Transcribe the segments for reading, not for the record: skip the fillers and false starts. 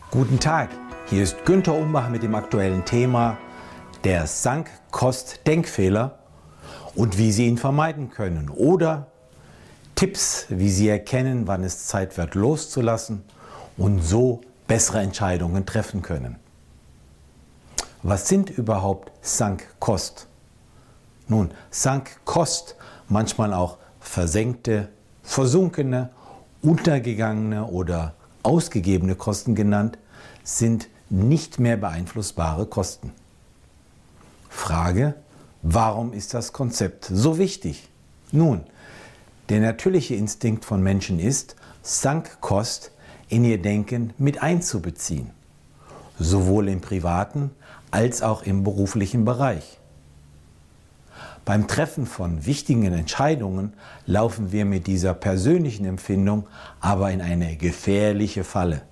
Guten Tag, hier ist Günther Umbach mit dem aktuellen Thema der Sunk-Kost-Denkfehler und wie Sie ihn vermeiden können oder Tipps, wie Sie erkennen, wann es Zeit wird loszulassen und so bessere Entscheidungen treffen können. Was sind überhaupt Sunk-Kost? Nun, Sunk-Kost, manchmal auch versenkte, versunkene, untergegangene oder ausgegebene Kosten genannt, sind nicht mehr beeinflussbare Kosten. Frage: Warum ist das Konzept so wichtig? Nun, der natürliche Instinkt von Menschen ist, Sunk-Kost in ihr Denken mit einzubeziehen, sowohl im privaten als auch im beruflichen Bereich. Beim Treffen von wichtigen Entscheidungen laufen wir mit dieser persönlichen Empfindung aber in eine gefährliche Falle.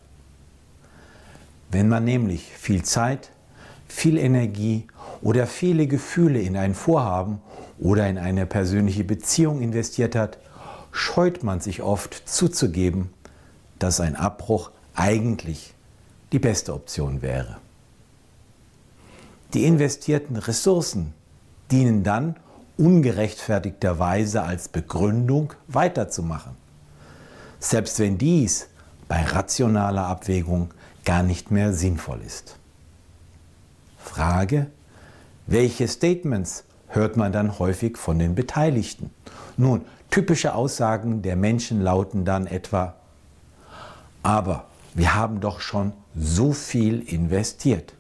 Wenn man nämlich viel Zeit, viel Energie oder viele Gefühle in ein Vorhaben oder in eine persönliche Beziehung investiert hat, scheut man sich oft zuzugeben, dass ein Abbruch eigentlich die beste Option wäre. Die investierten Ressourcen dienen dann ungerechtfertigterweise als Begründung weiterzumachen, selbst wenn dies bei rationaler Abwägung gar nicht mehr sinnvoll ist. Frage: Welche Statements hört man dann häufig von den Beteiligten? Nun, typische Aussagen der Menschen lauten dann etwa: Aber wir haben doch schon so viel investiert.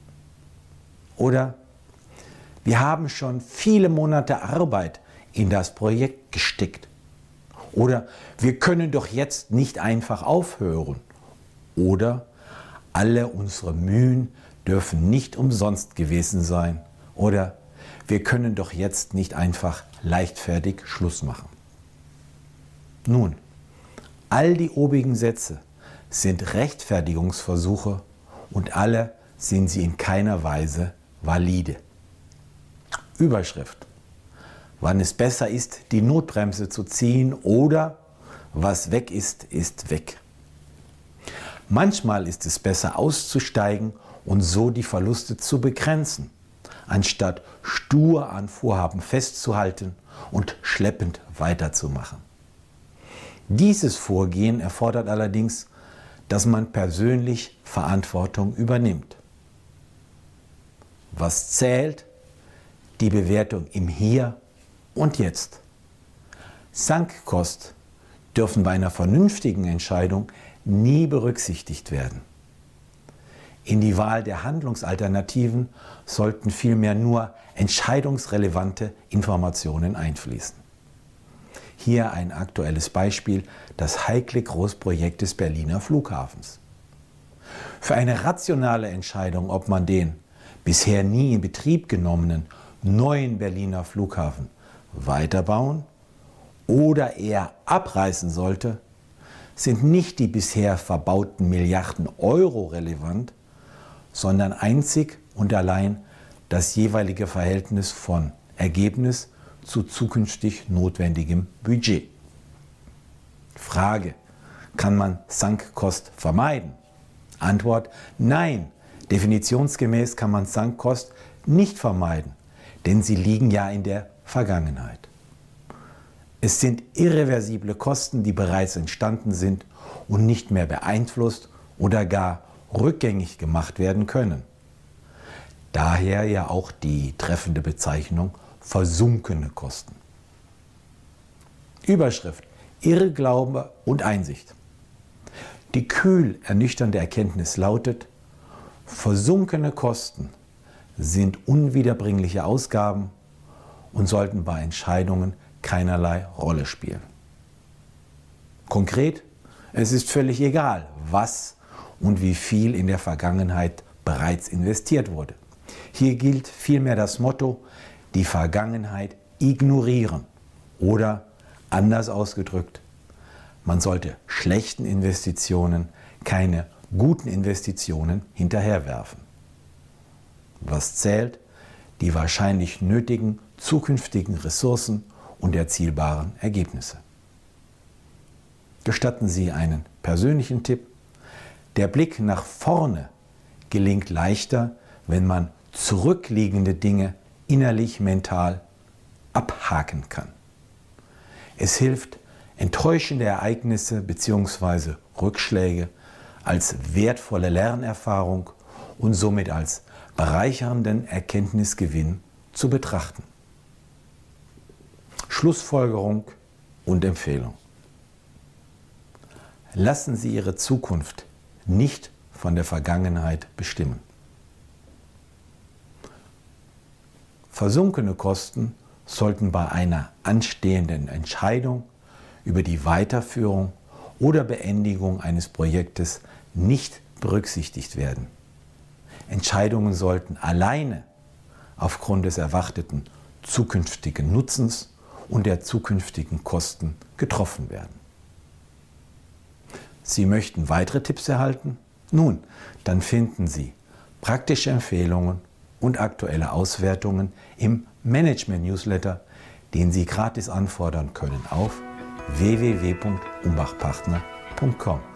Oder: Wir haben schon viele Monate Arbeit in das Projekt gesteckt. Oder: Wir können doch jetzt nicht einfach aufhören. Oder: Alle unsere Mühen dürfen nicht umsonst gewesen sein. Oder: Wir können doch jetzt nicht einfach leichtfertig Schluss machen. Nun, all die obigen Sätze sind Rechtfertigungsversuche und alle sind sie in keiner Weise valide. Überschrift: Wann es besser ist, die Notbremse zu ziehen, oder was weg ist, ist weg. Manchmal ist es besser auszusteigen und so die Verluste zu begrenzen, anstatt stur an Vorhaben festzuhalten und schleppend weiterzumachen. Dieses Vorgehen erfordert allerdings, dass man persönlich Verantwortung übernimmt. Was zählt? Die Bewertung im Hier und Jetzt. Sunk-Kost dürfen bei einer vernünftigen Entscheidung nie berücksichtigt werden. In die Wahl der Handlungsalternativen sollten vielmehr nur entscheidungsrelevante Informationen einfließen. Hier ein aktuelles Beispiel: das heikle Großprojekt des Berliner Flughafens. Für eine rationale Entscheidung, ob man den bisher nie in Betrieb genommenen neuen Berliner Flughafen weiterbauen oder eher abreißen sollte, sind nicht die bisher verbauten Milliarden Euro relevant, sondern einzig und allein das jeweilige Verhältnis von Ergebnis zu zukünftig notwendigem Budget. Frage: Kann man Sunk-Kost vermeiden? Antwort: Nein, definitionsgemäß kann man Sunk-Kost nicht vermeiden, denn sie liegen ja in der Vergangenheit. Es sind irreversible Kosten, die bereits entstanden sind und nicht mehr beeinflusst oder gar rückgängig gemacht werden können. Daher ja auch die treffende Bezeichnung versunkene Kosten. Überschrift: Irrglaube und Einsicht. Die kühl ernüchternde Erkenntnis lautet: Versunkene Kosten sind unwiederbringliche Ausgaben und sollten bei Entscheidungen keinerlei Rolle spielen. Konkret: Es ist völlig egal, was und wie viel in der Vergangenheit bereits investiert wurde. Hier gilt vielmehr das Motto: die Vergangenheit ignorieren. Oder anders ausgedrückt: Man sollte schlechten Investitionen keine guten Investitionen hinterherwerfen. Was zählt? Die wahrscheinlich nötigen zukünftigen Ressourcen und erzielbaren Ergebnisse. Gestatten Sie einen persönlichen Tipp: Der Blick nach vorne gelingt leichter, wenn man zurückliegende Dinge innerlich, mental abhaken kann. Es hilft, enttäuschende Ereignisse bzw. Rückschläge als wertvolle Lernerfahrung und somit als bereichernden Erkenntnisgewinn zu betrachten. Schlussfolgerung und Empfehlung. Lassen Sie Ihre Zukunft nicht von der Vergangenheit bestimmen. Versunkene Kosten sollten bei einer anstehenden Entscheidung über die Weiterführung oder Beendigung eines Projektes nicht berücksichtigt werden. Entscheidungen sollten alleine aufgrund des erwarteten zukünftigen Nutzens und der zukünftigen Kosten getroffen werden. Sie möchten weitere Tipps erhalten? Nun, dann finden Sie praktische Empfehlungen und aktuelle Auswertungen im Management-Newsletter, den Sie gratis anfordern können auf www.umbachpartner.com.